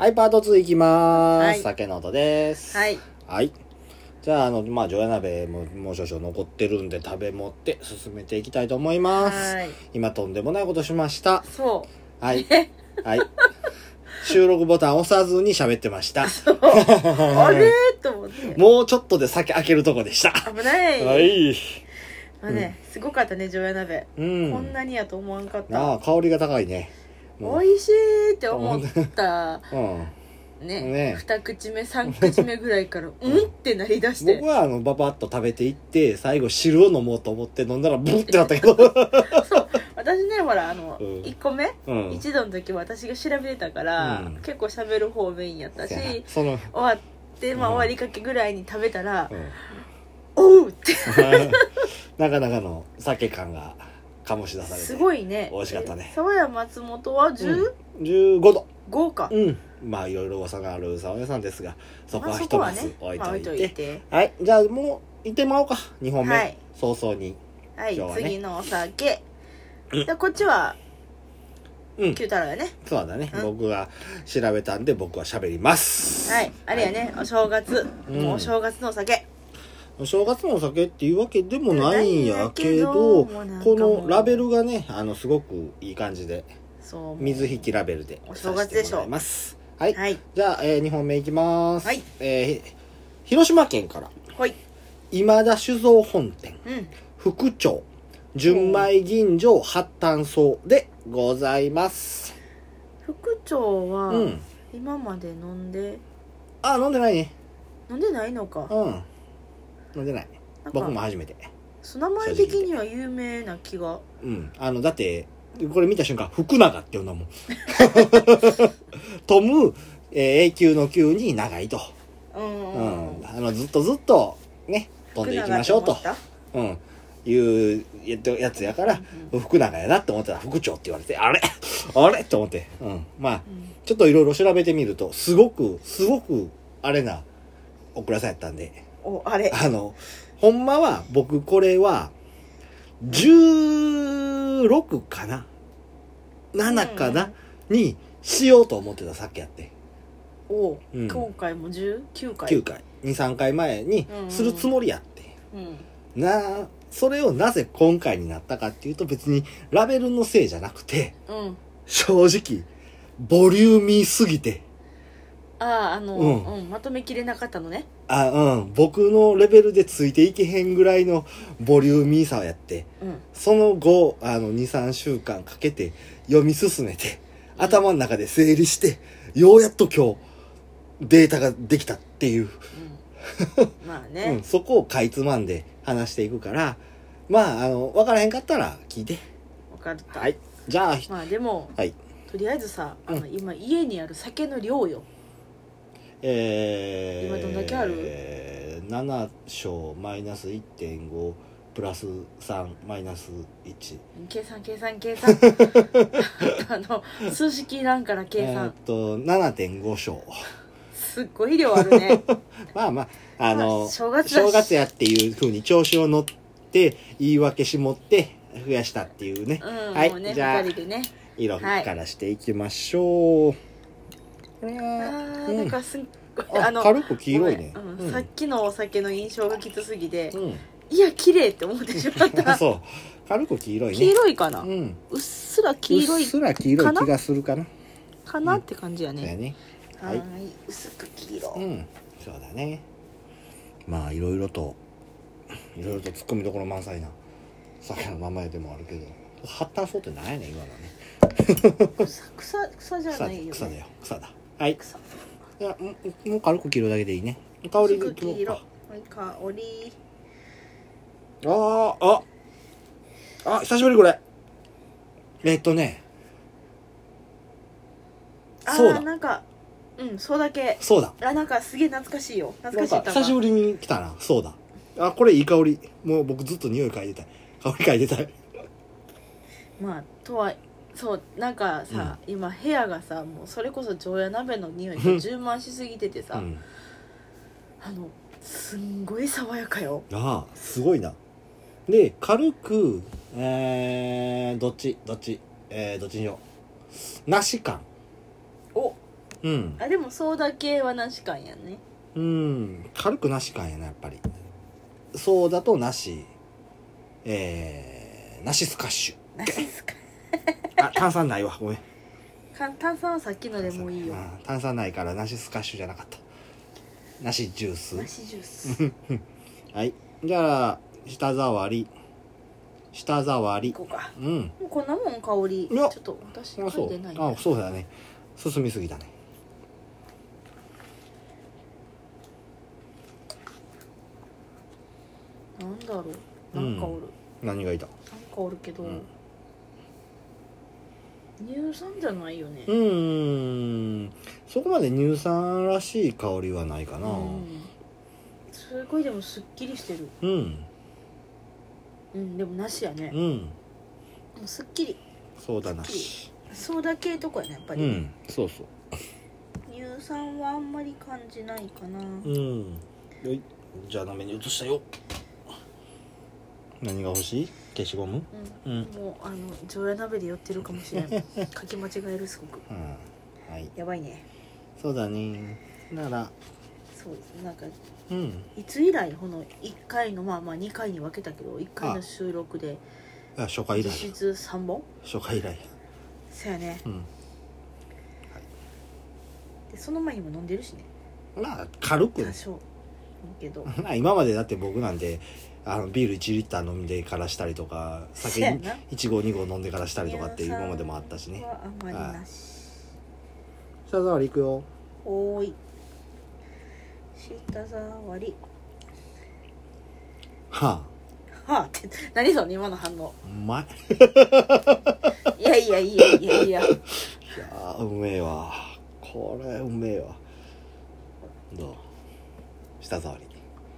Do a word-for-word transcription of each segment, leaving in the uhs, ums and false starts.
はい、パートツーいきまーす。 はい酒の音です。 はい。 はい。じゃあ、あの、まあ、常夜鍋ももう少々残ってるんで食べ持って進めていきたいと思います。 はい。 今とんでもないことしました。 そはい。はい。収録ボタン押さずに喋ってました。 う。そう。あれと思って。 もうちょっとで酒開けるとこでした。 危ない。 はい。 まあね、うん、すごかったね、常夜鍋。うん。こんなにやと思わんかった。 ああ、香りが高いね。 美味しいって思った。 うん。 ね、 ね二口目三口目ぐらいからうんってなりだして、 僕はあのババッと食べていって最後汁を飲もうと思って飲んだらブッてなったけどそう私ねほらあの、うん、いっこめ、うん、一度の時私が調べてたから、うん、結構喋る方メインやったしその終わって、まあ、終わりかけぐらいに食べたら、うん、おうってなかなかの酒感が醸し出されてすごいね美味しかったね。 沢屋松本はじゅう、 うん、じゅうごどごか。 うんまあいろいろ噂がある沢屋さんですがそこはひとまず置いといて、まあ、置いといてはいじゃあもう行ってもらおうかにほんめ、はい、早々にはい、ね、次のお酒、うん、でこっちは九太郎やね。 そうだね、うん、僕が調べたんで僕は喋ります。 はいあれやね、はい、お正月、うん、もうお正月のお酒お正月のお酒っていうわけでもないんやけどこのラベルがねあのすごくいい感じでそう水引きラベルでお正月でしょ。 はい、はい、じゃあ、えー、にほんめいきます、はいえー、広島県から、はい、今田酒造本店、うん、副長純米吟醸発炭草でございます。 副長は、うん、今まで飲んであ飲んでないね。 飲んでないのか。 うん飲んでない。僕も初めて。 名前的には有名な気がうんあのだってこれ見た瞬間福永って呼んだもんトム、えー、永久の久に長いとうん、うん、あのずっとずっとね飛んでいきましょうとうんいうやつやから、うん、福永やなって思ったら副長って言われてあれあれって思ってうんまあ、うん、ちょっといろいろ調べてみるとすごくすごくあれなお蔵さんやったんでおあれあのほんまは僕これはじゅうろくかなななかな、うん、にしようと思ってたさっきやってお、うん、今回もじゅうきゅうかいきゅうかい にさんかいまえにするつもりやって、うん、なそれをなぜ今回になったかっていうと別にラベルのせいじゃなくて、うん、正直ボリューミーすぎてあああの、うんうん、まとめきれなかったのねあうん僕のレベルでついていけへんぐらいのボリューミーさやって、うん、その後あの にさんしゅうかんかけて読み進めて、うん、頭の中で整理してようやっと今日データができたっていう、 うん、まあね、うん、 そこをかいつまんで話していくからまああの分からへんかったら聞いて分かった。 はいじゃあまあでも、はい、とりあえずさあの、うん、今家にある酒の量よえー、 今どんだけある、 えー、なな升マイナス いってんご プラスさんマイナスいち計算計算計算あの数式いらんから計算えー、っと ななてんご 升すっごい量あるねまあまああの、まあ、 正月正月やっていう風に調子を乗って言い訳しもって増やしたっていうね、 うん、 はいもうねじゃあふたりでね色からしていきましょう、はいあーなんかすっごい、 うん、あの軽く黄色いね、 うんうん、さっきのお酒の印象がきつすぎて、うん、いや綺麗って思ってしまったそう軽く黄色いね黄色いかな、 うん、 うっすら黄色いっすら黄色い気がするかなかなって感じやね、 うん、そうやねはい薄く黄色うんそうだねまあいろいろといろいろとツッコミどころ満載な酒の名前でもあるけど発炭草って何やねん今のね草, 草, 草じゃないよ、ね、 草だよ草だはい草いやもう軽く切るだけでいいね香りが黄色はい香りああああ久しぶりこれえっとねそうだなんかうんそうだけそうだあなんかすげえ懐かしいよ懐かしいなんか久しぶりに来たなそうだあこれいい香りもう僕ずっと匂い嗅いでたい香り嗅いでたいまあとはそうなんかさ、うん、今部屋がさもうそれこそ常夜鍋の匂いが充満しすぎててさ、うん、あのすんごい爽やかよああすごいなで軽くえー、どっちどっちえー、どっちにしよう梨感おうん。 あ、でもソーダ系はなし感やね。 うん。軽くなし感やな、やっぱり。ソーダとなし。えー、なしスカッシュ。 なしスカッシュ。あ、炭酸ないわ。ごめん。 炭酸はさっきのでもいいよ。 炭酸ないからなしスカッシュじゃなかった。なしジュース。 なしジュース。 はい。じゃあ、舌触り。舌触り。 いこうか。 うん。 もうこんなもん香り。ちょっと私嗅いでない。 あ、そうだね。進みすぎたね。 なんだろう。なんかおる。 うん、何がいた？ なんかおるけど。うん、乳酸じゃないよね。 うーん。そこまで乳酸らしい香りはないかな。うん、 すごいでもすっきりしてる。 うん。 うん、でもなしやね。 うん。 でもすっきり。 ソーダなし。 ソーダ系とかやね、やっぱり。 うん、そうそう。 乳酸はあんまり感じないかな。 うん。よい。じゃあ鍋に移したよ。何が欲しい？消しゴム？ うん。うん、もうあの常夜鍋で寄ってるかもしれない。書き間違えるすごく。うん。はい。やばいね。 そうだね。なら。 そうですなんか。 うん。 いつ以来このいっかいのまあまあにかいに分けたけどいっかいの収録で。 あ、初回以来。 実質さんぼん？ 初回以来。 そうやね。うん。はい。でその前にも飲んでるしね。 まあ軽く。 多少。けど。 今までだって僕なんて。あのビールいちリッター飲んでからしたりとか酒いちごうにごう飲んでからしたりとかっていう今までもあったしね。 はあんまりなし。 舌触りいくよ。 おーい。舌触り。 はあ。はあって何その今の反応。 うまい。 いやいやいやいやいや。いやうめえわ。これうめえわ。どう？舌触り。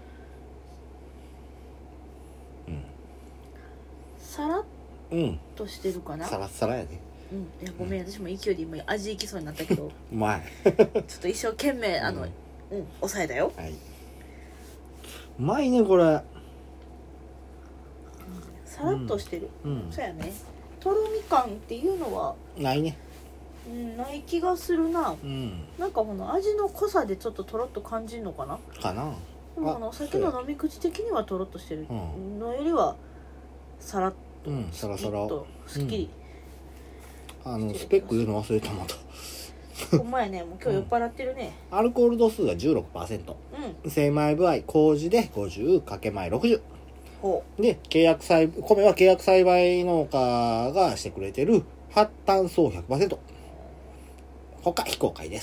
サラッとしてるかな、 うん、サラッサラやね。 うん、いやごめん、うん、私も勢いで今味いきそうになったけどうまいちょっと一生懸命あの、うん、うん、抑えたよ。はい。 うまいねこれ、うん、 サラッとしてる、うん、そうやね。とろみ感っていうのはないね。 うん、ない気がするな、うん、なんかこの味の濃さでちょっととろっと感じるのかなかな。 でもこのお酒の飲み口的にはとろっとしてるのよりはサラッと、 うん、サラサラすっきり、 うん、あのスペック言うの忘れたまたほんまやね。もう今日酔っ払ってるね、 うん、アルコール度数が じゅうろくパーセント、うん、精米部合麹でごじゅうかけ米ろくじゅうほうで契約栽米は契約栽培農家がしてくれてる発炭素 ひゃくパーセント 他非公開です。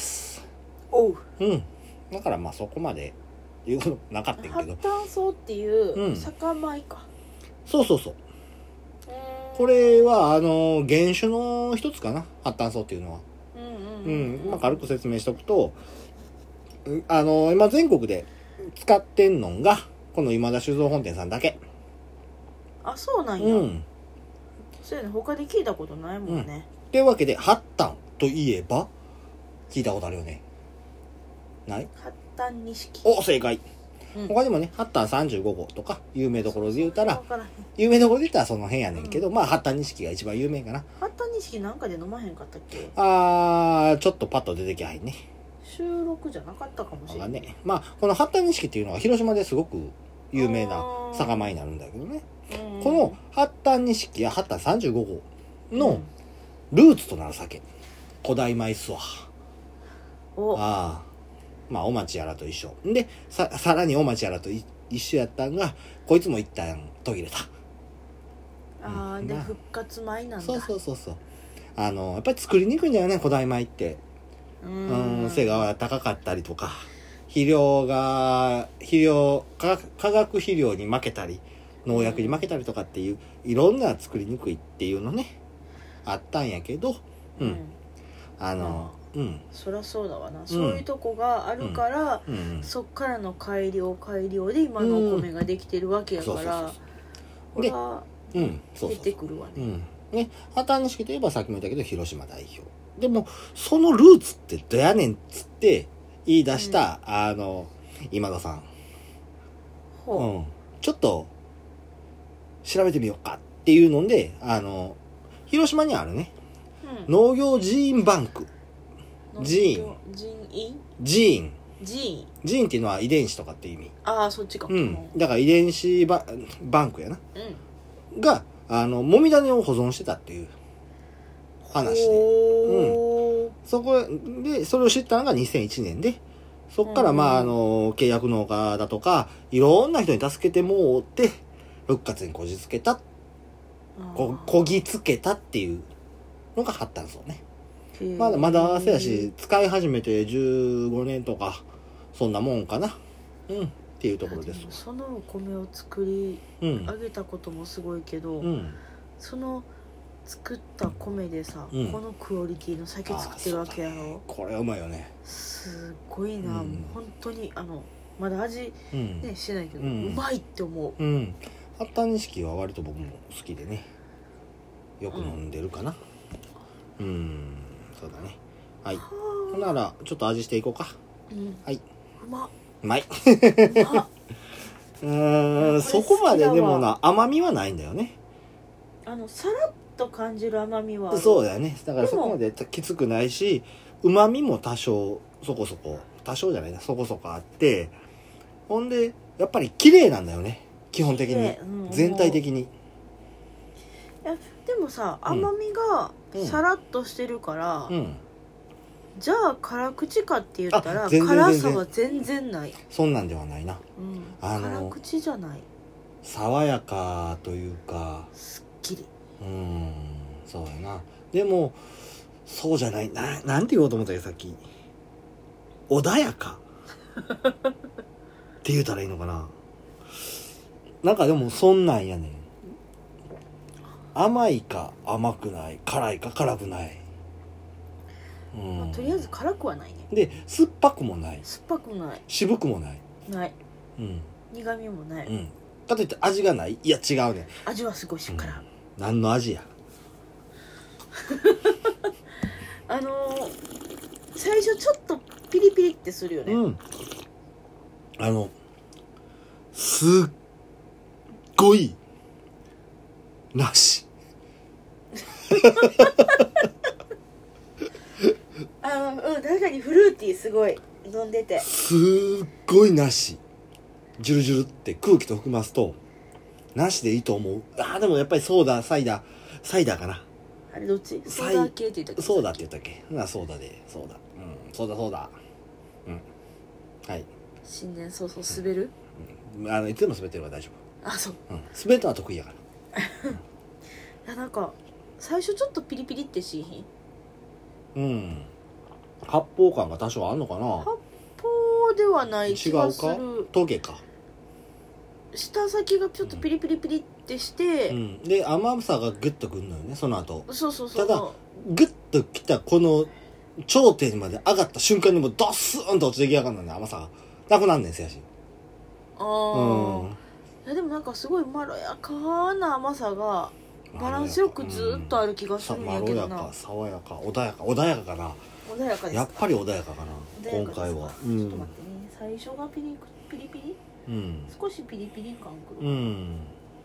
おう、 うん、だからまあそこまで言うのなかったけど、 発炭素っていう酒米か、 うん、そうそうそう。これはあの原種の一つかな、発炭素っていうのは。うん、まあ、軽く説明しておくと、あの今全国で使ってんのがこの今田酒造本店さんだけ。 あ、そうなんや。うん。そうやね、他で聞いたことないもんね。 と、うん、いうわけで発炭といえば聞いたことあるよね。ない？ 発炭錦。 お、正解。うん、他にもね、発炭さんじゅうごごうとか有名どころで言うたら有名どころで言ったらその辺やねんけど、うん、まあ発炭錦が一番有名かな。 発炭錦なんかで飲まへんかったっけ？ あー、ちょっとパッと出てきゃいね。 収録じゃなかったかもしれないね。 まあこの発炭錦っていうのは広島ですごく有名な酒米になるんだけどね、この発炭錦や発炭さんじゅうごごうのルーツとなる酒、古代米っすわ。おああ、まあお町やらと一緒で さ, さらにお町やらと一緒やったんがこいつも一旦途切れた。 ああ、うん、で復活米なんだ。 そうそうそうそう。あのやっぱり作りにくいんだよね古代米って。うん、背が高かったりとか肥料が肥料化学肥料に負けたり農薬に負けたりとかっていういろんな作りにくいっていうのねあったんやけど、うん、うん、あの、うん、 そりゃそうだわな、うん、そういうとこがあるから、うんうん、そっからの改良改良で今のお米ができてるわけやから、これは出てくるわね。 うんね、発炭錦といえばさっきも言ったけど広島代表でもそのルーツってどやねんっつって言い出した、うん、あの今田さん、うん、ちょっと調べてみようかっていうのであの広島にあるね、うん、農業寺院バンクジーンジーンジーンジーンジーンっていうのは遺伝子とかって意味。 ああそっちか。 うんだから遺伝子ババンクやな、 うん、 があのもみ種を保存してたっていう話で、うん、そこでそれを知ったのがにせんいちねんで、そっからまああの契約農家だとかいろんな人に助けてもうって復活にこじつけたここぎつけたっていうのが発端そうね。まだまだせやし使い始めてじゅうごねんとかそんなもんかな、うんっていうところです。 そのお米を作り上げたこともすごいけど、うん、その作った米でさ、うん、このクオリティの酒作ってるわけやろ、ね、 これはうまいよね。 すごいな、うん、本当にあのまだ味、ねうん、してないけど、うん、うまいって思う。うん発端錦は割と僕も好きでねよく飲んでるかな。うん、うんそうだね。はい。ほんならちょっと味していこうか。うん、はい。 うまっ。 うまい。うまっ。うーんそこまででもな甘みはないんだよね。 あのさらっと感じる甘みはある。 そうだよね。だからそこまできつくないし、旨味も多少そこそこ多少じゃないなそこそこあって、ほんでやっぱり綺麗なんだよね。基本的に、うん、全体的に。いやでもさ甘みがさらっとしてるから、うんうん、じゃあ辛口かって言ったら辛さは全然ない。 そんなんではないな、うん、 あの辛口じゃない。 爽やかというかすっきり。 うんそうやな。でもそうじゃないな。なんて言おうと思ったよさっき。穏やかって言うたらいいのかな。なんかでもそんなんやねん。甘いか甘くない、辛いか辛くない、 うんまあ、とりあえず辛くはないね。 で酸っぱくもない、 酸っぱくない、 渋くもない、 ない、うん、苦味もない、うん、 かといって味がない。いや違うね。 味はすごいしっかり、うん、 何の味やあのー、最初ちょっとピリピリってするよね、うん、 あのすっごいなしあうん確かにフルーティーすごい飲んでてすっごいなしジュルジュルって空気と含ますとなしでいいと思う。あでもやっぱりソーダサイダーサイダーかな。 あれどっちソーダ系って言ったっけ。 ソーダって言ったっけな。ソーダでソーダうんソーダソーダうんはい新年早々滑る、 うんうん、あのいつでも滑ってれば大丈夫。あそう、 うん、滑るのは得意やからうん、いやなんか最初ちょっとピリピリってしいひん。うん発泡感が多少あるのかな。 発泡ではない気がする。違うかトゲか。 舌先がちょっとピリピリピリってして、 うん、で甘さがグッとくるのよねその後。 そうそうそう。 ただグッときたこの頂点まで上がった瞬間にもうドスーンと落ちてきやがるのね。甘さがなくなんねんせやし。 ああ、うん、いやでもなんかすごいまろやかな甘さがバランスよくずっとある気がするんやけどな。 まろやか爽やか穏やか穏やかかな。 穏やかですか。 やっぱり穏やかかな今回は。 ちょっと待ってね、最初がピリピリピリ、うん、少しピリピリ感くる。うん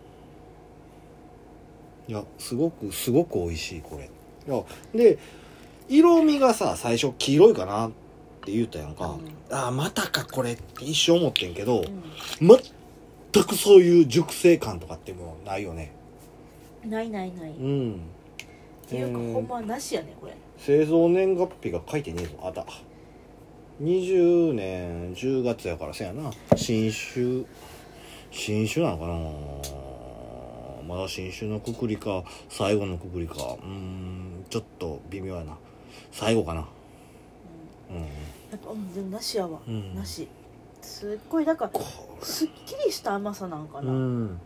いやすごくすごく美味しいこれ。いやで色味がさ最初黄色いかなって言ったやんか、うん、ああまたかこれって一生思ってんけど、うん、全くそういう熟成感とかってもうないよね。 ないないない、うん、っていうか、えー、ほんまなしやねこれ。 製造年月日が書いてねえぞ。あだにじゅうねんじゅうがつやからせやな。新酒新酒なのかな。まだ新酒のくくりか最後のくくりかうーんちょっと微妙やな。最後かな。 うん、うん、やっぱでもなしやわ、うん、なしすっごいだからすっきりした甘さなんかな。うん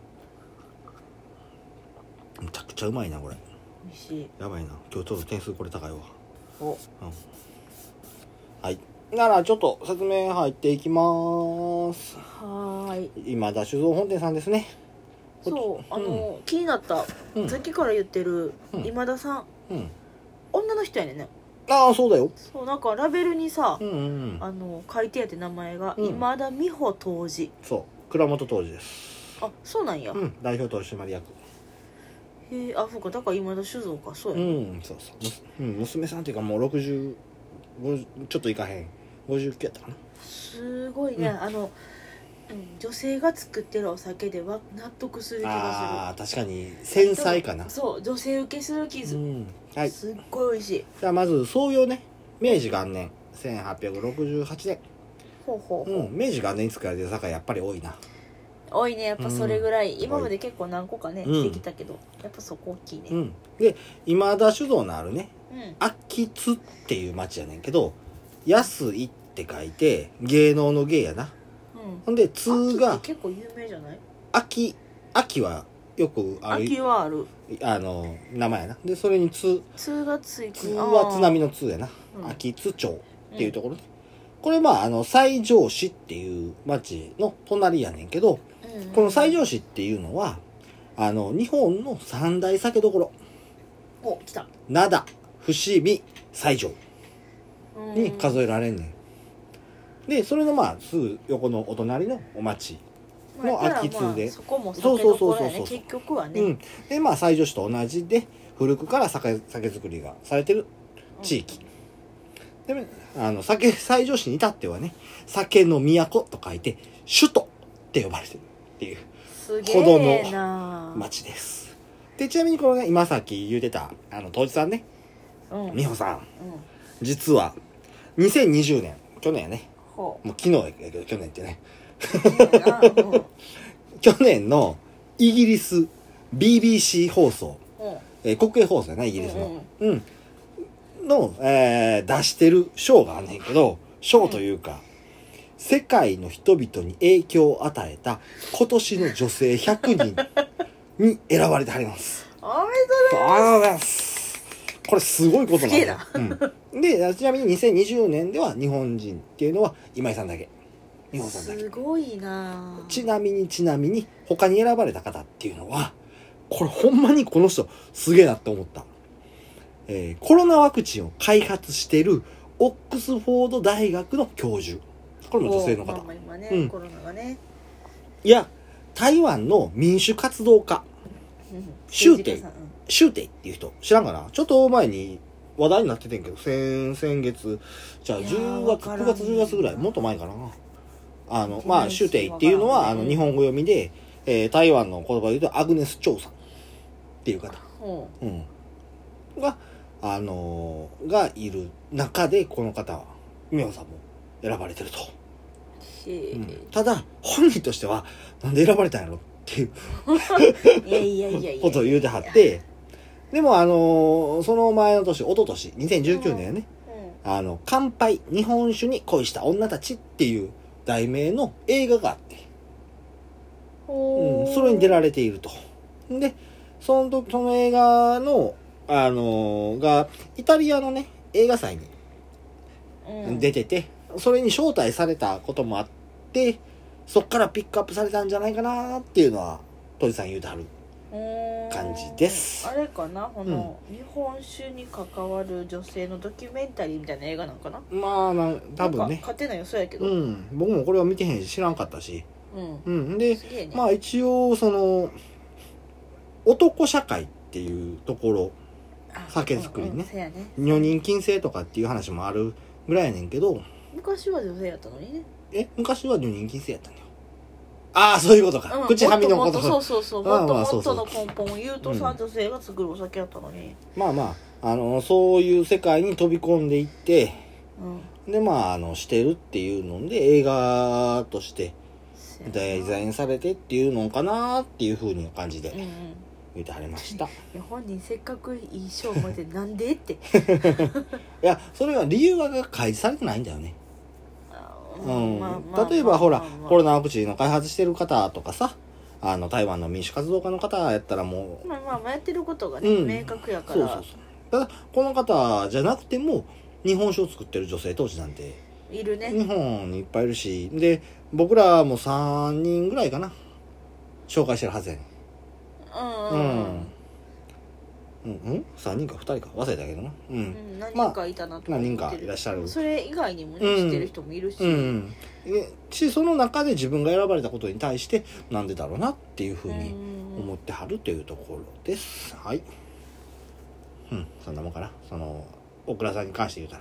めちゃくちゃうまいなこれ。 美味しい。 やばいな今日ちょっと点数これ高いわ。お、うん、はいならちょっと説明入っていきまーす。 はーい今田酒造本店さんですね。 そうあの、うん、気になった、うん、さっきから言ってる今田さん、うん、女の人やねんね。 ああそうだよ。 そうなんかラベルにさ、うんうんうん、あの書いてあって名前が、うん、今田美穂杜氏。 そう倉本杜氏です。 あそうなんや、うん、 代表取締役。 へえあそうかだから今田酒造かそうやね。 うんそうそう、うん、娘さんっていうかもうろくじゅうちょっといかへんごじゅうきゅうやったかな。 すごいね、うん、あの、うん、女性が作ってるお酒では納得する気がする。 ああ確かに繊細かな。 そう女性受けする傷、うん、はい、すっごい美味しい。 じゃあまず創業ね明治元年せんはっぴゃくろくじゅうはちねん。 ほうほうほう、 うん、明治元年に作られてる酒やっぱり多いな。 多いねやっぱそれぐらい、うん、今まで結構何個かね、うん、できたけどやっぱそこ大きいね、 うん、で今田酒造のあるね、うん、秋津っていう町やねんけど安いって書いて芸能の芸やな、うん、ほんで津が結構有名じゃない？ 秋秋はよくある秋はあるあの名前やな。でそれに津津がついて津は津波の津やな、うん、秋津町っていうところ、うん、これまああの西条市っていう町の隣やねんけど、うん、この西条市っていうのはあの日本の三大酒どころ、 お来た灘伏見西条に数えられんねん。でそれのまあすぐ横のお隣のお町の秋津で、まあ、 そこも酒どころやね結局はね、うん、 でまあ西条市と同じで古くから酒酒造りがされてる地域、うん、であの酒西条市に至ってはね酒の都と書いて首都って呼ばれてるっていうほどの町です。でちなみにこのね今さっき言うてたあの当時さんね、うん、美穂さん、うん、実はにせんにじゅうねん去年やね、もう昨日やけど去年ってねうん、去年のイギリス ビービーシー 放送、うんえー、国営放送やなイギリスの、うん、うん、の、えー、出してる賞があんねんけど賞というか、うん、世界の人々に影響を与えた今年の女性ひゃくにんに選ばれてはります。 おめでとうございます。 これすごいことなんだ、うん、でちなみににせんにじゅうねんでは日本人っていうのは今井さんだけ。日本さんだけ。 すごいな。 ちなみにちなみに他に選ばれた方っていうのはこれほんまにこの人すげえなって思った、えー、コロナワクチンを開発しているオックスフォード大学の教授。これも女性の方、 まあ、今ね、うん、コロナがね。 いや台湾の民主活動家、うん、シュウテイ、シュウテイっていう人知らんかな。ちょっと前に話題になっててんけど先先月じゃあじゅうがつくがつじゅうがつぐらいもっと前かな。あのまあシュウテイっていうのはあの日本語読みで、えー、台湾の言葉で言うとアグネス・チョウさんっていう方、うん、があのー、がいる中でこの方は美穂さんも選ばれてると、うん、ただ本人としてはなんで選ばれたんやろっていういやいやいやいやことを言うてはって、でもあのー、その前の年一昨年にせんじゅうきゅうねんね、うんうん、あの乾杯日本酒に恋した女たちっていう題名の映画があって、うん、それに出られていると。でその時その映画のあのー、がイタリアのね映画祭に出てて、うん、それに招待されたこともあってそっからピックアップされたんじゃないかなっていうのは鳥さん言うてはる感じです。 あれかなこの、うん、日本酒に関わる女性のドキュメンタリーみたいな映画なんかな。 まあな多分ね勝手な予想やけど、 うん、僕もこれは見てへんし知らんかったし、うんうん、で、ね、まあ一応その男社会っていうところ酒造りね、うんうん、女人禁制とかっていう話もあるぐらいやねんけど昔は女性やったのにね。 え昔は女人禁制やったんだよ。ああそういうことか、うん、口はみのこと。 そうそうそうもっともっとの根本を言うとさ、うん、女性が作るお酒やったのにまあまああのそういう世界に飛び込んでいって、うん、でまああのしてるっていうので映画としてデザインされてっていうのかなっていう風に感じで言ってはりました、うんうん、いや本人せっかくいい賞までなんでっていやそれは理由が開示されてないんだよね。うん、まあまあ、例えば、まあ、ほら、まあまあ、コロナワクチンの開発してる方とかさあの台湾の民主活動家の方やったらもうまあまあやってることがね、うん、明確やからそうそうそうただこの方じゃなくても日本酒を作ってる女性当時なんているね。 日本にいっぱいいるしで僕らもさんにんぐらいかな紹介してるはずやねん。うんうんうんうん、さんにんかふたりか忘れたけどな、うんうん、 何人かいたなと、 まあ、何人かいらっしゃる。 それ以外にもね、うん、知ってる人もいるし、 うんうん、しその中で自分が選ばれたことに対してなんでだろうなっていうふうに思ってはるというところです。はい、うん、そんなもんかな。その大倉さんに関して言うたら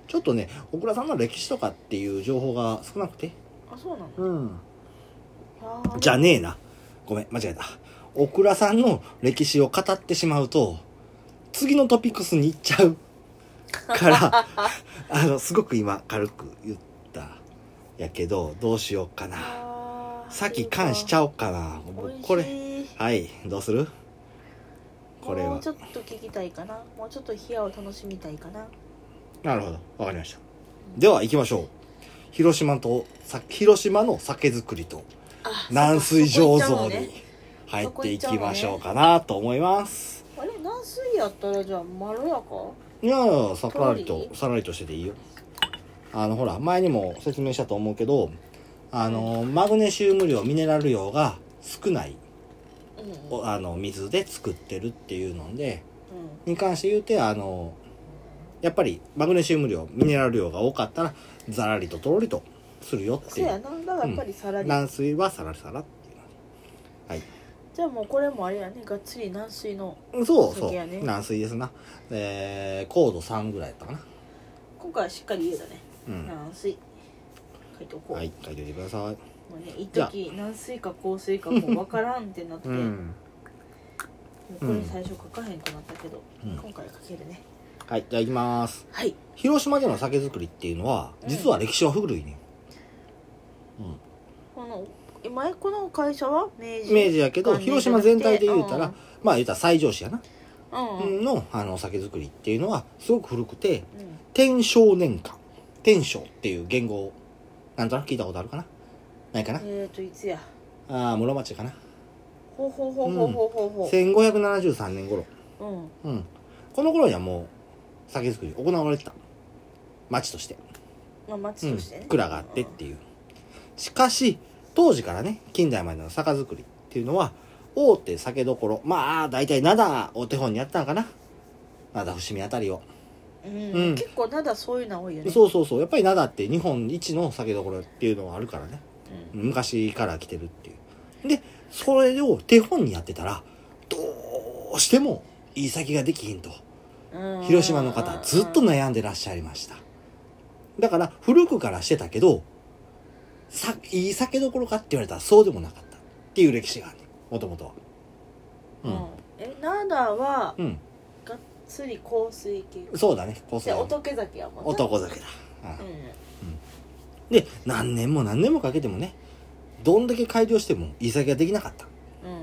ちょっとね小倉さんの歴史とかっていう情報が少なくて。 あ、そうなの。 うんじゃねえな、ごめん間違えた。小倉さんの歴史を語ってしまうと次のトピックスに行っちゃうからあのすごく今軽く言ったやけどどうしようかな。先関しちゃおうかな。これはいどうする。これはもうちょっと聞きたいかな。もうちょっと冷やを楽しみたいかな。 なるほど、わかりました。では行きましょう。広島と広島の酒造りと軟水醸造に入っていきましょうかなと思います。 あれ軟水やったらじゃあまろやか。 いやいやさらりとさらりとしてていいよ。あのほら前にも説明したと思うけどあのマグネシウム量ミネラル量が少ない、うん、あの水で作ってるっていうので、うん、に関して言うてあのやっぱりマグネシウム量ミネラル量が多かったらザラリととろりとするよっていう。 そうやな。だからやっぱりサラリ、 うん、軟水はサラリサラっていうので、はい。 じゃあもうこれもあれやね、がっつり軟水の、 ね、そうそう軟水ですな。えー、高度さんぐらいやったかな。 今回はしっかり言うだね、うん、軟水書いておこう。 はい、書いておいてください。もうね一時軟水か硬水かもう分からんってなって、うん、もうこれ最初書かへんくなったけど、うん、今回書けるね。 はい、じゃあいきます。 はい。 広島での酒造りっていうのは実は歴史は古いね。うん。 この今この会社は明治。 明治やけど広島全体で言うたら、うん、まあ言うたら西条市やな。うん、のあの酒造りっていうのはすごく古くて、うん、天正年間天正っていう言語をなんとなく聞いたことあるかな。ないかな。 えーといつや。 ああ室町かな。 ほうほうほうほうほうほうほう。 せんごひゃくななじゅうさんねん頃。 うん。 うん。この頃にはもう酒造り行われてた。町として。 まあ町としてね。 うん、蔵があってっていう。しかし当時からね近代までの酒造りっていうのは大手酒どころまあ大体灘を手本にやったのかな。灘伏見あたりを。 うん、うん、結構灘そういうの多いよね。 そうそうそうやっぱり灘って日本一の酒どころっていうのがあるからね、うん、昔から来てるっていうでそれを手本にやってたらどうしてもいい酒ができひんと広島の方ずっと悩んでらっしゃいました。だから古くからしてたけどさいい酒どころかって言われたらそうでもなかったっていう歴史があるねもともとは、 うん、え灘は、うんがっつり香水系。 そうだね香水。 仏酒やもんね。 男酒だ、うんうん、で何年も何年もかけてもねどんだけ改良してもいい酒ができなかった、うん、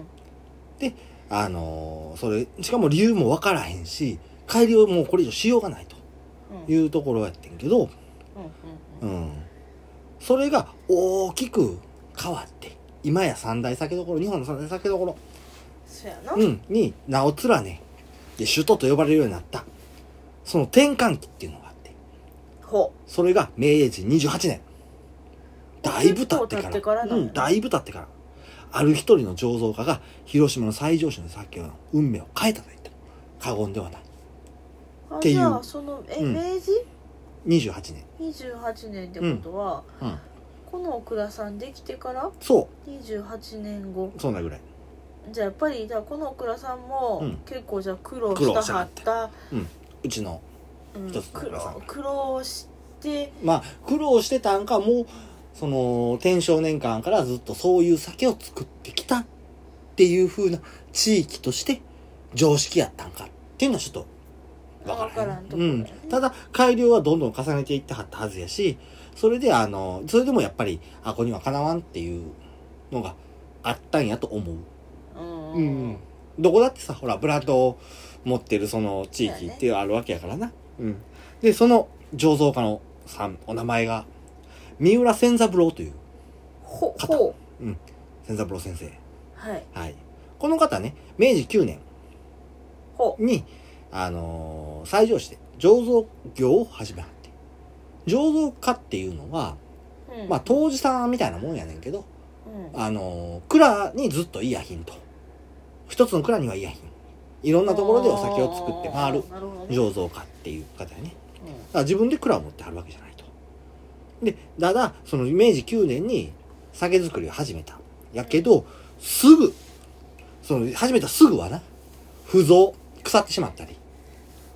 であのー、それしかも理由も分からへんし改良もこれ以上しようがないというところやってんけど、うんうんうんうん、それが大きく変わって今や三大酒どころ日本の三大酒どころそうやな、 うん、に名を連ねで首都と呼ばれるようになったその転換期っていうのがあってほうそれが明治にじゅうはちねんだいぶ経ってから、からね、うん、だいぶ経ってからある一人の醸造家が広島の西条市の酒の運命を変えたと言っても過言ではないっていう。じゃあそのえ、うん、明治にじゅうはちねんにじゅうはちねんってことは、うんうん、このお蔵さんできてからそうにじゅうはちねんごそんなぐらい。 じゃあやっぱりじゃあこのお蔵さんも、うん、結構じゃあ苦労したはった、 うん、うちの一つのお蔵さん、 うん、苦労してまあ苦労してたんかもうその天正年間からずっとそういう酒を作ってきたっていう風な地域として常識やったんかっていうのはちょっとわからん、ね、うん、ただ改良はどんどん重ねていってはったはずやしそれであのそれでもやっぱりあこにはかなわんっていうのがあったんやと思う。うん、どこだってさほらブランドを持ってるその地域っていうあるわけやからな、うん、でその醸造家のさんお名前が三浦千三郎という方ほう、うん、千三郎先生、 はいはい、この方ね明治きゅうねんにあのー、西条市で醸造業を始めはって醸造家っていうのは、うん、まあ杜氏さんみたいなもんやねんけど、うん、あのー、蔵にずっといやひんと一つの蔵にはいやひんいろんなところでお酒を作って回る醸造家っていう方やね、うん、だから自分で蔵を持ってはるわけじゃないとでただその明治きゅうねんに酒造りを始めたやけどすぐその始めたすぐはな不造腐ってしまったり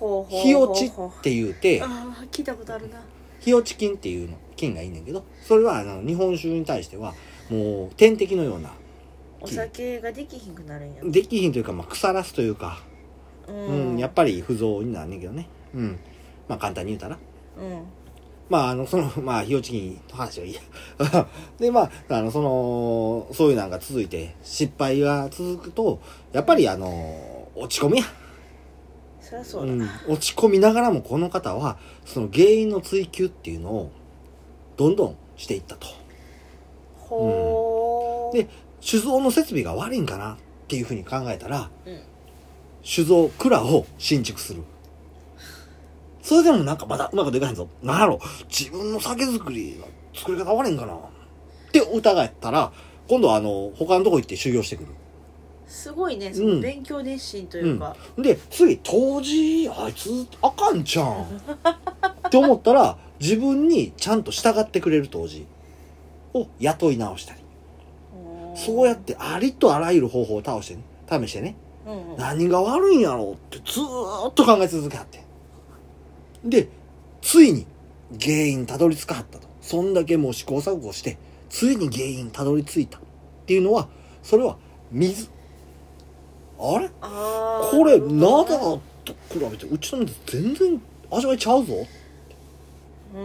日落ちって言うて、 ああ聞いたことあるな。 日落ち菌っていうの菌がいいねんけど、それはあの日本酒に対してはもう天敵のような。 お酒ができひんくなるんや。 できひんというか、まあ、腐らすというか、うん、うん、やっぱり不増になるねんけどね。うん。まあ簡単に言うたら。うん。まああの、その、まあ、日落ち菌の話はいいや。で、まあ、あの、その、そういうのが続いて、失敗が続くと、やっぱりあの、落ち込みや。 そりゃそうだな、 うん。落ち込みながらもこの方は、その原因の追求っていうのを、どんどんしていったと。ほー。うん、で、酒造の設備が悪いんかなっていうふうに考えたら、うん、酒造蔵を新築する。それでもなんかまだうまくでかへんぞ。なんやろ、自分の酒造りの作り方悪いんかなって疑ったら、今度はあの他のとこ行って修行してくる。 すごいね、その勉強熱心というか、 うんうん、で次当時あいつあかんちゃんって思ったら、自分にちゃんと従ってくれる当時を雇い直したり、そうやってありとあらゆる方法を倒してね、試してね、うんうん、何が悪いんやろうってずーっと考え続けはって、でついに原因たどり着かはったと。そんだけもう試行錯誤してついに原因たどり着いたっていうのは、それは水。あれあこれ灘と比べてうちの水全然味わいちゃうぞ。うん、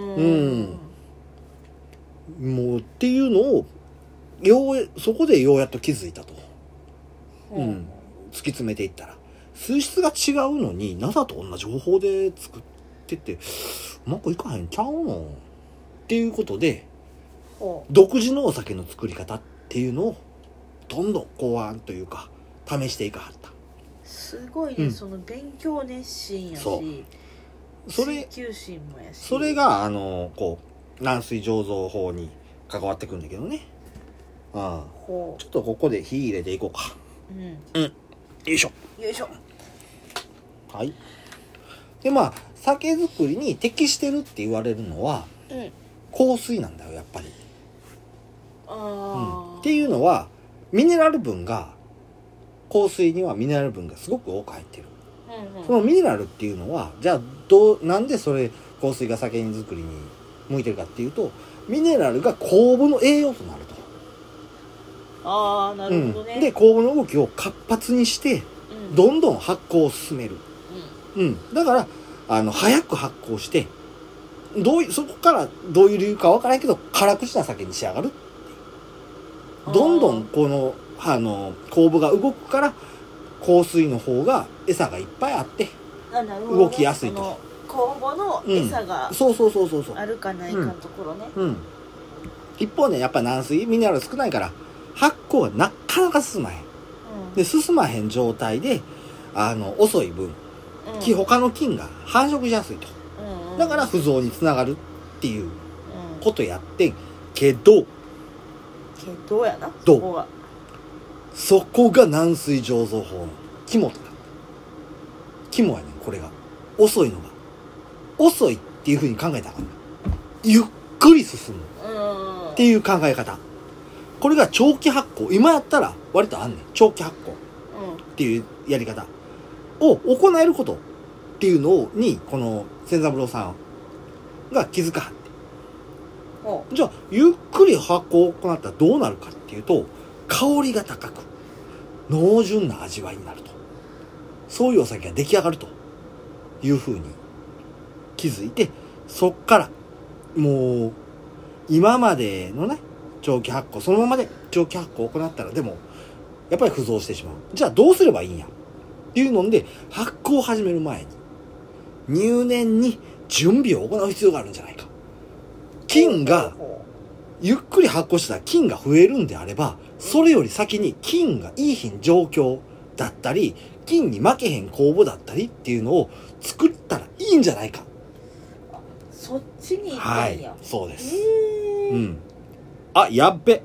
うん、もうっていうのをようそこでようやっと気づいたと、うんうん、突き詰めていったら水質が違うのに灘と同じ方法で作っててうまくいかへんちゃうのっていうことで、独自のお酒の作り方っていうのをどんどん考案というか試していかはった。 すごいね、うん、その勉強熱心やし、そうそれ追求心もやし、 それがあのこう軟水醸造法に関わってくるんだけどね。ああちょっとここで火入れていこうか。うん、うん、よいしょよいしょ。 はい。でまあ酒造りに適してるって言われるのは、うん、香水なんだよやっぱり。あ、うん、っていうのはミネラル分が香水にはミネラル分がすごく多く入ってる、うんうん、そのミネラルっていうのはじゃあどうなんでそれ香水が酒造りに向いてるかっていうと、ミネラルが酵母の栄養となると。 ああなるほどね、 うん、で酵母の動きを活発にして、うん、どんどん発酵を進める、うんうん、だからあの早く発酵してどうそこからどういう理由かわからないけど辛口な酒に仕上がる。どんどんこのあの酵母が動くから香水の方が餌がいっぱいあって動きやすいと。 酵母の餌が、 うん、そうそうそうそうそうあるかないかのところね、 うんうん、一方ねやっぱ軟水ミネラル少ないから発酵がなかなか進まへん、うん、で進まへん状態であの遅い分、うん、他の菌が繁殖しやすいと、うんうん、だから不増につながるっていうことやってんけど、 けどやなどうそこがそこが軟水醸造法の肝となる。肝やねんこれが。遅いのが遅いっていう風に考えたらゆっくり進むっていう考え方。これが長期発酵、今やったら割とあんねん長期発酵っていうやり方を行えることっていうのにこの千三郎さんが気づかはって、じゃあゆっくり発酵を行ったらどうなるかっていうと、香りが高く濃純な味わいになると、そういうお酒が出来上がるという風に気づいて、そっからもう今までのね長期発酵そのままで長期発酵を行ったらでもやっぱり不増してしまう。じゃあどうすればいいんやっていうので、発酵を始める前に入念に準備を行う必要があるんじゃないか。菌がゆっくり発酵したら菌が増えるんであれば、それより先に菌がいいひん状況だったり菌に負けへん酵母だったりっていうのを作ったらいいんじゃないか。 そっちに行ったんや。 はい、そうです。うん。あ、やっべ。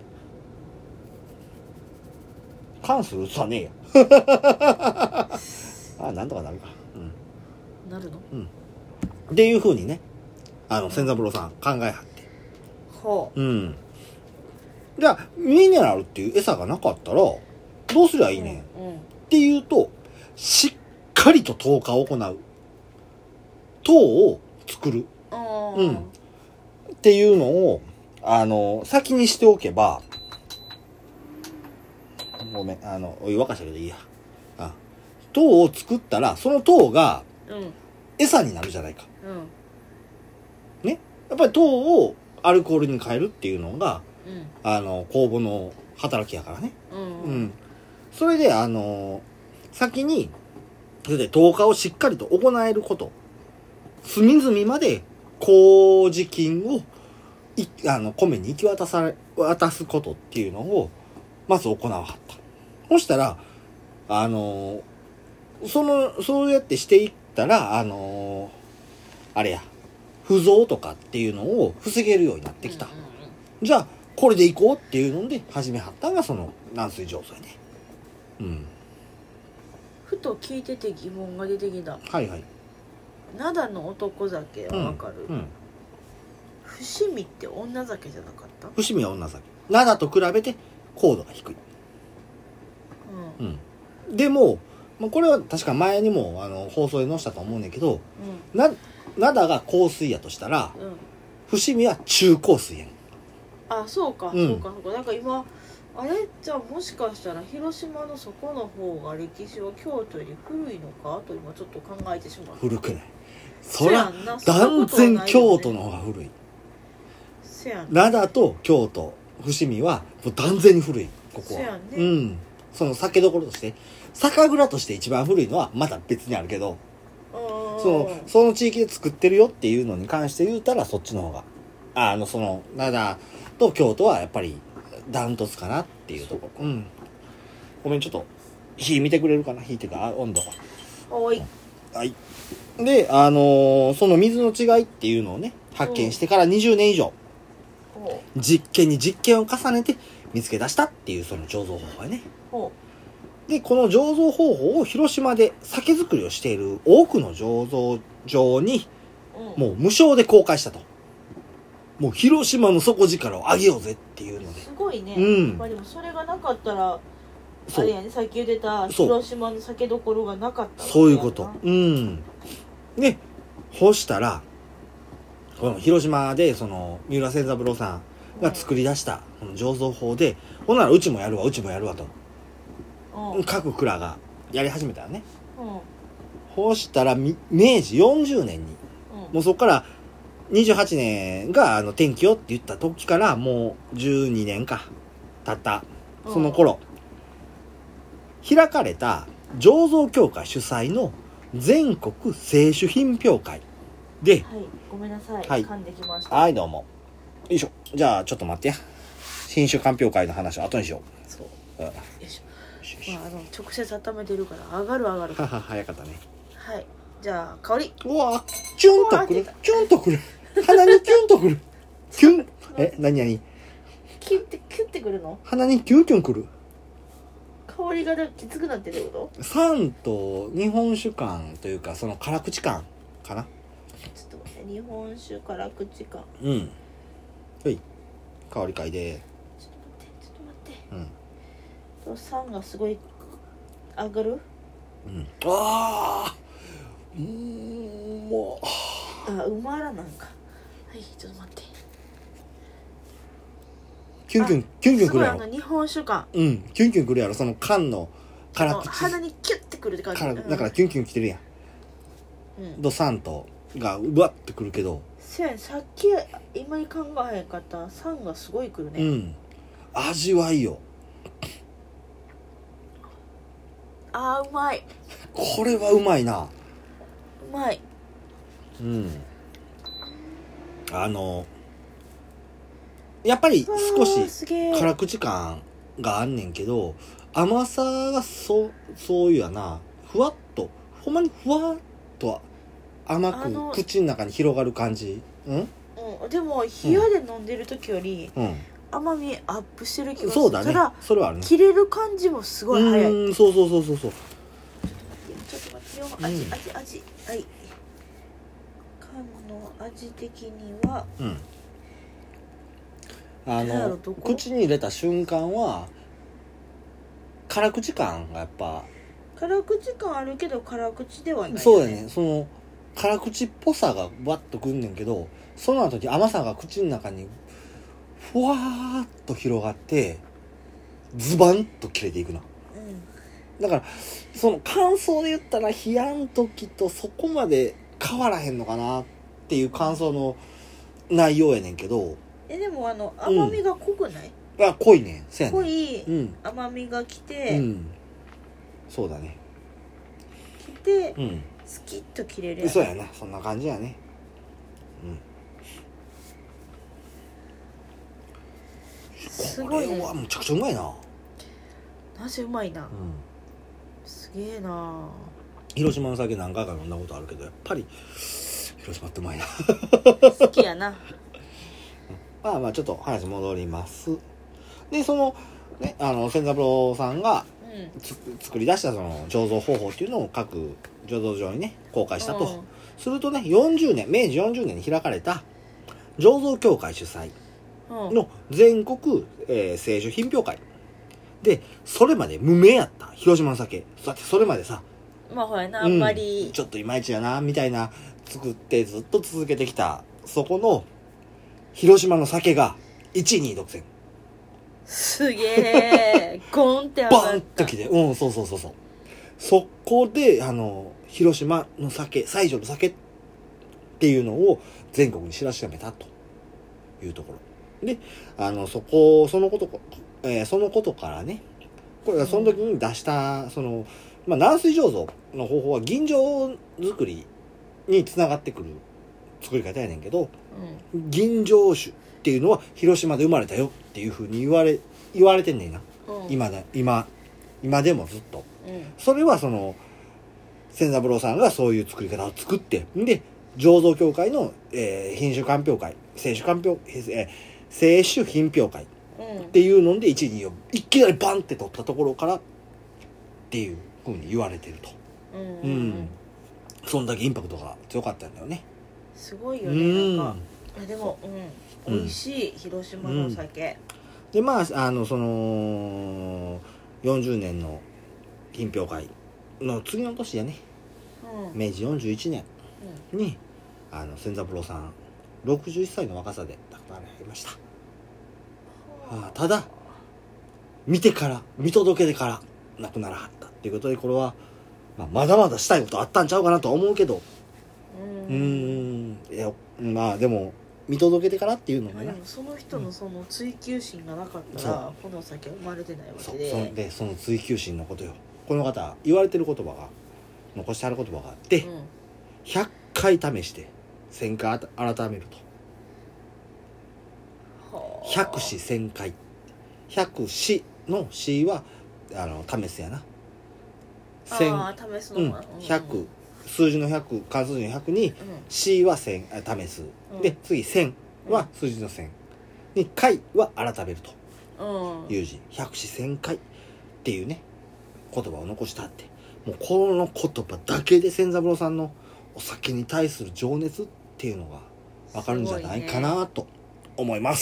関数打つはねえや。あ、なんとかなるか。 うん。なるの？ うん。っていう風にね、あの千三郎さん考えはって。 ほう。 うん。じゃあミネラルっていう餌がなかったらどうすりゃいいねん、うんうん、っていうとしっかりと糖化を行う。 糖を作る、うん、っていうのをあの先にしておけば、ごめんあのお湯沸かしたけどいいや、あ糖を作ったらその糖が餌になるじゃないか、うん、ね、やっぱり糖をアルコールに変えるっていうのが、うん、あの酵母の働きやからね、うんうんうん、それであの先にそれで糖化をしっかりと行えること、隅々まで麹菌をいあの米に行き渡され渡すことっていうのをまず行わはった。そしたらあのそのそうやってしていったらあのあれや不増とかっていうのを防げるようになってきた、うんうんうん、じゃあこれでいこうっていうので始めはったのがその軟水醸造やね。うん。 ふと聞いてて疑問が出てきた。 はいはい。 灘の男酒はわかる、うんうん、伏見って女酒じゃなかった？ 伏見は女酒。灘と比べて高度が低い、うんうん、でもこれは確か前にもあの放送で載せたと思うんだけど、うん、な灘が硬水やとしたら、うん、伏見は中硬水やん。 あ、そうか、うん、そうかそうか。なんか今あれじゃあもしかしたら広島のそこの方が歴史は京都より古いのかと今ちょっと考えてしまう。 古くない？そりゃ断然京都の方が古い。 せやん灘と京都伏見はもう断然に古い。ここはせやんね、 うん、その酒どころとして酒蔵として一番古いのはまた別にあるけど、そのその地域で作ってるよっていうのに関して言うたらそっちの方があのその灘と京都はやっぱりダントツかなっていうところ。うん。ごめんちょっと火見てくれるかな、火っていうか温度。 おい。 はい。であのー、その水の違いっていうのをね発見してからにじゅうねん以上、うん、実験に実験を重ねて見つけ出したっていうその醸造方法やね。でこの醸造方法を広島で酒造りをしている多くの醸造場にもう無償で公開したと。もう広島の底力を上げようぜっていうので。 すごいね。うん。やっぱりでもそれがなかったらあれやね、さっき言ってた広島の酒どころがなかったわけやな。 そういうこと。うん。で、ほしたらこの広島でその三浦仙三郎さんが作り出したこの醸造法で、うん、ほんならうちもやるわうちもやるわと、うん、各蔵がやり始めたよね。うん。ほしたら明治よんじゅうねんに、うん、もうそこからにじゅうはちねんがあの転機よって言った時からもうじゅうにねんか経ったその頃、開かれた醸造協会主催の全国清酒品評会で、はい、 ごめんなさい、はい、噛んできました。 はいどうも。よいしょ。じゃあちょっと待ってや。品種鑑評会の話を後にしよう。そう。うん、よいしょ。まあ、あの直接温めてるから上がる上がる。 はは早かったね。 はい。じゃあ香り。 うわキュンとくるキュンとくる鼻にキュンとくるキュンえ何何キュンってキュンってくるの？ 鼻にキュンキュンくる。 香りがきつくなってるってこと？ 酸と日本酒感というかその辛口感かな。 ちょっと待って、日本酒辛口感。 うんはい香り嗅いで。 ちょっと待ってちょっと待ってうんと酸がすごい上がる。 うんああうーんもうあうまらなんか。はいちょっと待って。 キュンキュンキュンキュンくるやろ。 すごいあの日本酒感。 うんキュンキュンくるやろ。その缶の辛口鼻にキュッてくるって感じ。 からだからキュンキュンきてるやん、うん、ドサンとがうわってくるけど、 せやんさっき今に考えへんかった酸がすごいくるね。 うん味わいよ。 あーうまい。 これはうまいな。 うまい。 うんあのやっぱり少し辛口感があんねんけど甘さがそそういうやなふわっとほんまにふわっと甘く口の中に広がる感じ。うん、 うん、でも冷やで飲んでる時より、うん、甘みアップしてる気がする。 そうだね。ただそれはあるね。切れる感じもすごい早い。 うんそうそうそうそうそう。 ちょっと待ってよ。味、うん、味味はい缶の味的には、うん、 あの口に入れた瞬間は辛口感がやっぱ辛口感あるけど辛口ではないよね。 そうだね。その辛口っぽさがバッとくんねんけど、その後に甘さが口の中にふわーっと広がってズバンと切れていくな、うん、だからその感想で言ったら冷やん時とそこまで変わらへんのかなっていう感想の内容やねんけど、 えでもあの甘みが濃くない？ うん、あ濃いねん、そうやねん、 濃い甘みがきて、 うん、そうだね、 きて、うん、スキッと切れるやん。 そうやな、そんな感じやね。うん。すごいね。これはむちゃくちゃうまいな。 なぜうまいな。うん、すげえな。 広島の酒何回か飲んだことあるけど、やっぱり広島ってうまいな。 好きやな。 まあまあちょっと話戻ります。でそのね、あの千三郎さんがつ作り出したその醸造方法っていうのを各醸造所にね公開したと、うん、するとねよんじゅうねんめいじよんじゅうねんに開かれた醸造協会主催の全国、えー、清酒品評会で、それまで無名やった広島の酒、だってそれまでさ、 まあほらな、あんまり、 うん、ちょっといまいちやなみたいな作ってずっと続けてきたそこの広島の酒がいちいにい独占。 すげえゴンって上がった。 バンときて、うん、そうそうそうそう。そこであの広島の酒、西条の酒っていうのを全国に知らしめたというところで、あのそこそのこと、えー、そのことからね、これがその時に出したその、まあ、軟水醸造の方法は吟醸作りにつながってくる作り方やねんけど、うん、吟醸酒っていうのは広島で生まれたよっていう風に言われ言われてんねんな、うん、今だ今今でもずっと、うん、それはその千三郎さんがそういう作り方を作って、で醸造協会の、えー、品種鑑評会、清酒鑑評、えー、清酒品評会っていうのでいちいにをいきなりバンって取ったところからっていう風に言われてると、うんうんうん、そんだけインパクトが強かったんだよね。 すごいよね、うん、なんかでも、うん、美味しい、うん、広島の酒、 うん、でまああのそのよんじゅうねんの品評会の次の年やね、うん、めいじよんじゅういちねんに、うん、あの千三郎さんろくじゅういっさいの若さで亡くなられました。はあ、ただ見てから見届けてから亡くならはったっていうことで、これは、まあ、まだまだしたいことあったんちゃうかなとは思うけど、うーん、いやまあでも見届けてからっていうのもね、 その人のその追求心がなかったら、うん、この酒は生まれてないわけで、 そそでその追求心のことよ。この方言われてる言葉が残してある言葉があって、うん、ひゃっかい試してせんかい改めると、ひゃくしせんかい、ひゃくしのしはあの試すやな、 あ試すの、うん、 ひゃく数字のひゃく、関数字のひゃくに、うん、C はせん試す、うん、で次せんは数字のせんに回は改めるという字、ひゃくしせんかいっていうね言葉を残したって、もうこの言葉だけで千三郎さんのお酒に対する情熱っていうのが分かるんじゃないかなと思います。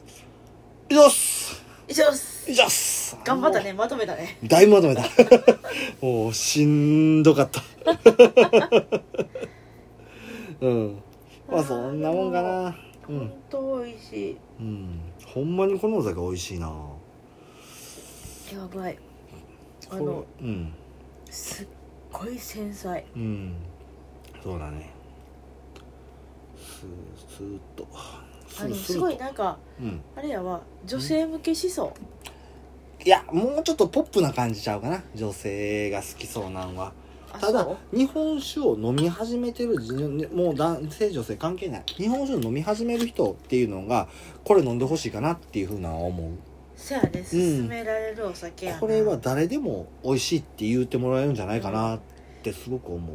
以上っす以上っす以上っす頑張ったね、まとめたね、 だいぶまとめたもうしんどかったうんまあそんなもんかな。 うん、ほんと美味しい。 うん、ほんまにこのお酒美味しいな。 やばい。あの、うん、すっごい繊細。 うん、そうだね。スースーッと。 あのすごいなんか、うん、あれやわ、女性向けしそう。 いや、もうちょっとポップな感じちゃうかな。女性が好きそうなんは。ただ日本酒を飲み始めてる、もう男性女性関係ない、日本酒を飲み始める人っていうのがこれ飲んでほしいかなっていうふうな思う。 そうやね、勧められるお酒やな、 うん、これは誰でも美味しいって言ってもらえるんじゃないかなってすごく思う。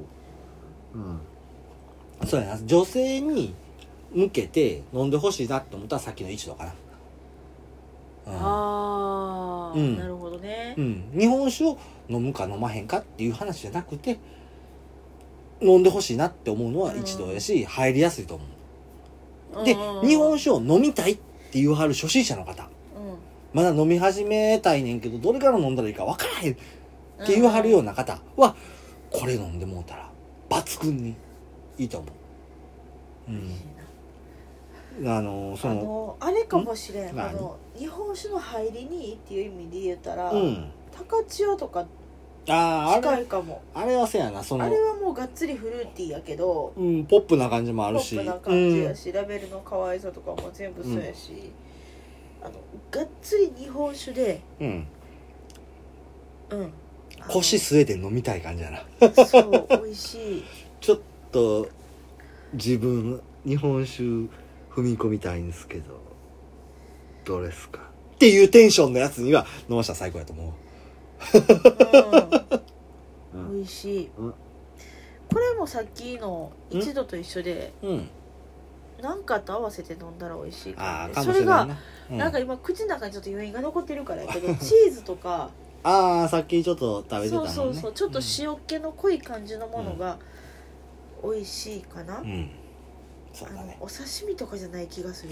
うん、そうやな、女性に向けて飲んでほしいなって思ったらさっきの一度かな。 うん、ああ、うん、なるほどね、 うん、日本酒を飲むか飲まへんかっていう話じゃなくて、飲んでほしいなって思うのは一度やし、うん、入りやすいと思う。で、うん、日本酒を飲みたいって言わはる初心者の方、うん、まだ飲み始めたいねんけどどれから飲んだらいいか分からへんって言わはるような方は、これ飲んでもうたら抜群にいいと思う。うん。あのそのあのあれかもしれん、あの日本酒の入りにいいっていう意味で言ったら、うん、高千代とか近いかも。 あれはせやな、そのあれはもうがっつりフルーティーやけど、 うん、ポップな感じもあるし、 ポップな感じやし、うん、ラベルの可愛さとかも全部そうやし、うん、あのがっつり日本酒で、うんうん腰据えて飲みたい感じやな。 そう美味しい。 ちょっと自分日本酒踏み込みたいんですけどどれですかっていうテンションのやつには飲ましたら最高やと思う。 うん、美味しい、うん、これもさっきの一度と一緒で、うん、なんかと合わせて飲んだら美味しいから、ね、それが、うん、なんか今口の中にちょっと余韻が残ってるからやけどチーズとかああさっきちょっと食べてたもんね。 そうそうそう、ちょっと塩気の濃い感じのものが美味しいかな、うん、そうだね、お刺身とかじゃない気がする。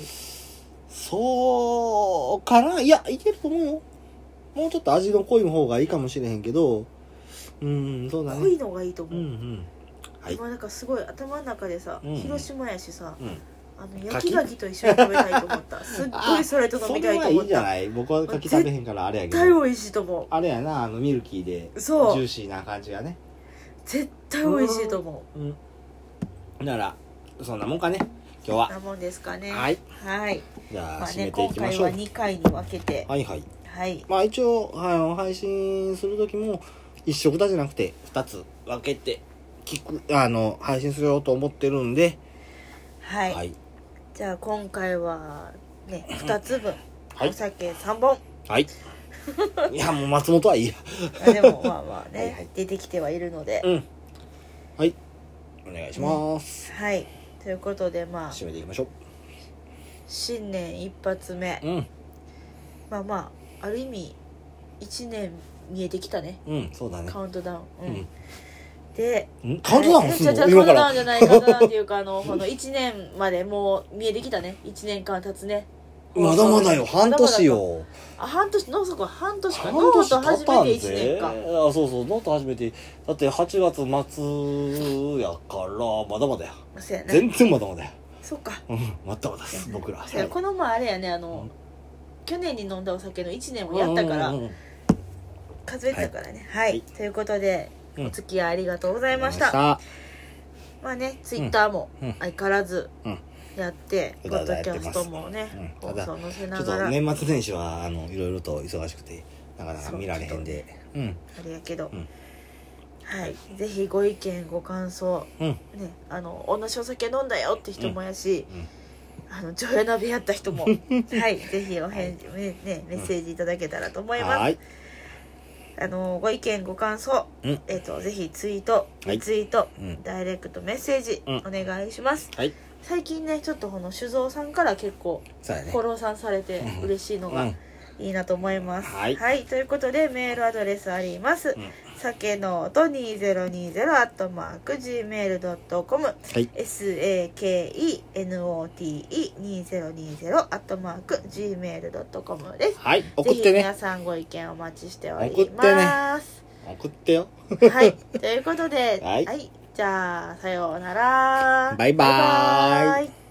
そうかな、いやいけると思うよ。もうちょっと味の濃い方がいいかもしれへんけど、うん、そうだね。 濃いのがいいと思う。 うんうん。 はい。今なんかすごい頭の中でさ、うんうん、広島やしさ、うん、あの焼き牡蠣と一緒に食べたいと思った。すっごいそれと飲みたいと思った。それはいいじゃない。僕は牡蠣食べへんからあれやけど。 絶対美味しいと思う。 あれやな、あのミルキーでジューシーな感じがね。 絶対美味しいと思う。うん。 うん、だからそんなもんかね。今日は。 そんなもんですかね。 はい。 はい。 じゃあ、 まあね、 締めていきましょう。 今回はにかいに分けて。 はいはい。 はい、 まあ一応あの配信する時も一色だじゃなくてふたつ分けて聞くあの配信するよと思ってるんで、 はい、はい、じゃあ今回はねふたつぶん、はい、お酒さんぼん、 はいいやもう松本はいいやでもまあまあねはい、はい、出てきてはいるので、うん、 はいお願いします、 ね、はいということでまあ締めていきましょう。 新年一発目、うん、まあまあある意味いちねん見えてきたね。 うん、そうだね。 カウントダウン。うん。うん、で、 カウントダウンするの？ カウントダウンじゃない、カウントダウンっていうかあのこのいちねんまでもう見えてきたね。いちねんかん経つね。 まだまだよ、半年よ。 あ、半年、ノートか半年か。ノート初めていちねんか。あ、 そうそう、ノート初めて。だってはちがつ末やからまだまだや。そうやね。全然まだまだや。 そっか。 うん、まだまだです。僕ら。 この前あれやね、あの。去年に飲んだお酒のいちねんをやったから、うんうんうん、数えてたからね、はい、はい、ということで、うん、お付き合いありがとうございました。まあねツイッターも相変わらずやって、うん、ポッドキャストもね、うん、放送載せながら、ちょっと年末年始はあのいろいろと忙しくてなかなか見られへんで、 うん、あれやけど、うん、はい、ぜひご意見ご感想、うん、ね、あの同じお酒飲んだよって人もやし、うんうん、あの女優鍋やった人もはいぜひお返事、ね、メッセージいただけたらと思います、うん、はいあのご意見ご感想、うん、えっとぜひツイートリツイート、はい、ダイレクトメッセージ、うん、お願いします、はい、最近ねちょっとこの酒造さんから結構フォローさんされて嬉しいのがいいなと思います、うん、はい、はい、ということでメールアドレスあります、うん、酒ノートにせんにじゅうアットマーク ジーメールドットコム、はい、サケノートにせんにじゅうアットマーク ジーメールドットコム です。 はい、送ってね。ぜひ皆さんご意見お待ちしております。 送ってね。送ってよ。 はい、ということで、はい、はい、じゃあさようなら。 バイバーイ。バイバーイ。